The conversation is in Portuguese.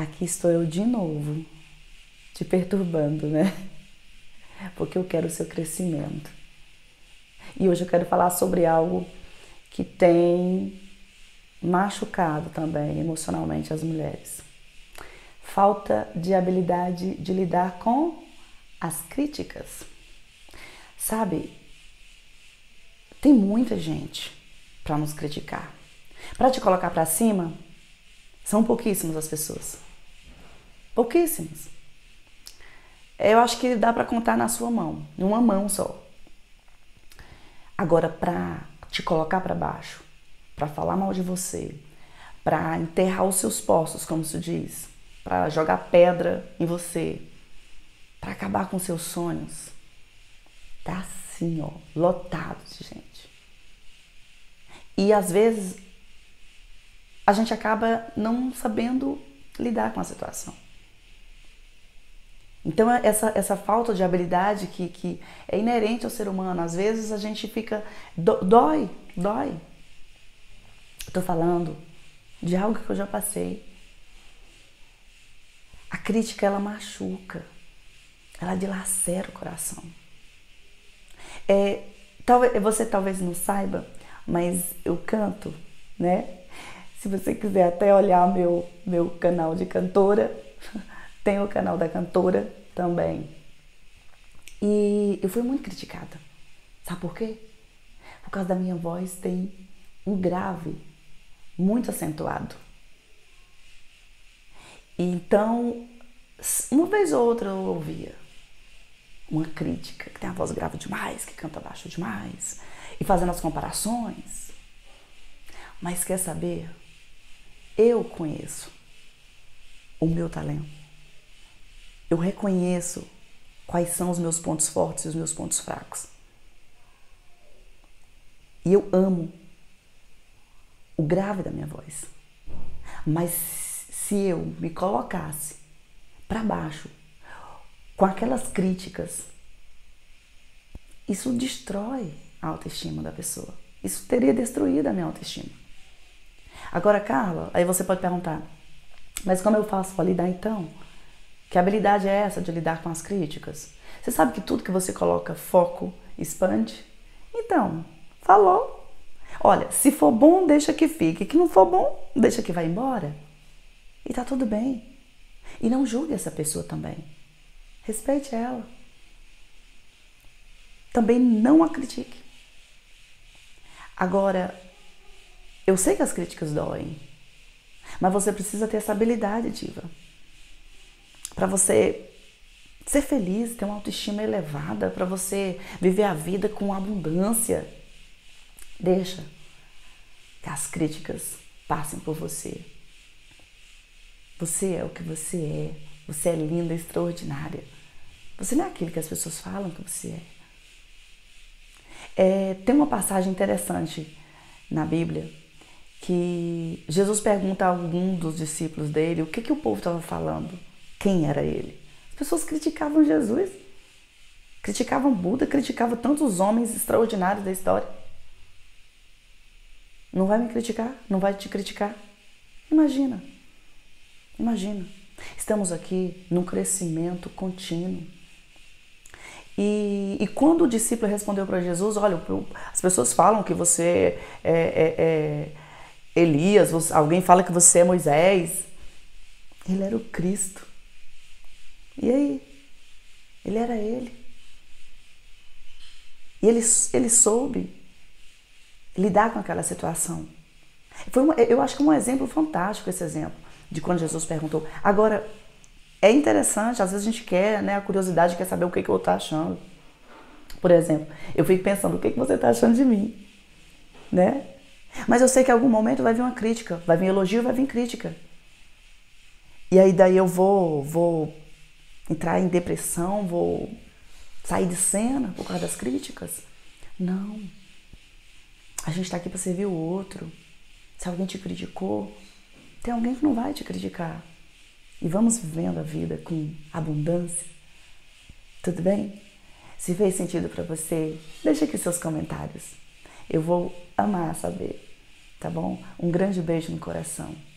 Aqui estou eu de novo, te perturbando, né? Porque eu quero o seu crescimento. E hoje eu quero falar sobre algo que tem machucado também emocionalmente as mulheres. Falta de habilidade de lidar com as críticas. Sabe, tem muita gente para nos criticar. Para te colocar para cima, são pouquíssimas as pessoas. Pouquíssimas. Eu acho que dá para contar na sua mão, em uma mão só. Agora, para te colocar para baixo, para falar mal de você, para enterrar os seus poços, como se diz, para jogar pedra em você, para acabar com seus sonhos, tá assim, ó, lotado de gente. E às vezes a gente acaba não sabendo lidar com a situação. Então essa falta de habilidade que é inerente ao ser humano, às vezes a gente fica, dói. Estou falando de algo que eu já passei. A crítica, ela machuca, ela dilacera o coração. Você talvez não saiba, mas eu canto, né? Se você quiser até olhar meu canal de cantora, tem o canal da cantora também. E eu fui muito criticada. Sabe por quê? Por causa da minha voz tem um grave muito acentuado. Então, uma vez ou outra eu ouvia uma crítica, que tem a voz grave demais, que canta baixo demais, e fazendo as comparações. Mas quer saber? Eu conheço o meu talento. Eu reconheço quais são os meus pontos fortes e os meus pontos fracos. E eu amo o grave da minha voz. Mas se eu me colocasse para baixo com aquelas críticas, isso destrói a autoestima da pessoa. Isso teria destruído a minha autoestima. Agora, Carla, aí você pode perguntar, mas como eu faço para lidar então? Que habilidade é essa de lidar com as críticas? Você sabe que tudo que você coloca foco expande? Então, falou. Olha, se for bom, deixa que fique. Que não for bom, deixa que vá embora. E tá tudo bem. E não julgue essa pessoa também. Respeite ela. Também não a critique. Agora, eu sei que as críticas doem, mas você precisa ter essa habilidade, diva. Para você ser feliz, ter uma autoestima elevada, para você viver a vida com abundância. Deixa que as críticas passem por você. Você é o que você é. Você é linda, extraordinária. Você não é aquilo que as pessoas falam que você é. Tem uma passagem interessante na Bíblia que Jesus pergunta a algum dos discípulos dele o que o povo estava falando. Quem era ele? As pessoas criticavam Jesus, criticavam Buda, criticavam tantos homens extraordinários da história. Não vai me criticar? Não vai te criticar? Imagina. Estamos aqui num crescimento contínuo. E quando o discípulo respondeu para Jesus, olha, as pessoas falam que você é Elias, alguém fala que você é Moisés. Ele era o Cristo. E aí? Ele era ele. E ele soube lidar com aquela situação. Eu acho que é um exemplo fantástico esse exemplo, de quando Jesus perguntou. Agora, é interessante, às vezes a gente quer, né, a curiosidade quer saber o que o outro está achando. Por exemplo, eu fico pensando, o que você está achando de mim? Né? Mas eu sei que em algum momento vai vir uma crítica, vai vir elogio, vai vir crítica. E aí daí eu vou entrar em depressão, vou sair de cena por causa das críticas? Não. A gente está aqui para servir o outro. Se alguém te criticou, tem alguém que não vai te criticar. E vamos vivendo a vida com abundância. Tudo bem? Se fez sentido para você, deixa aqui seus comentários. Eu vou amar saber, tá bom? Um grande beijo no coração.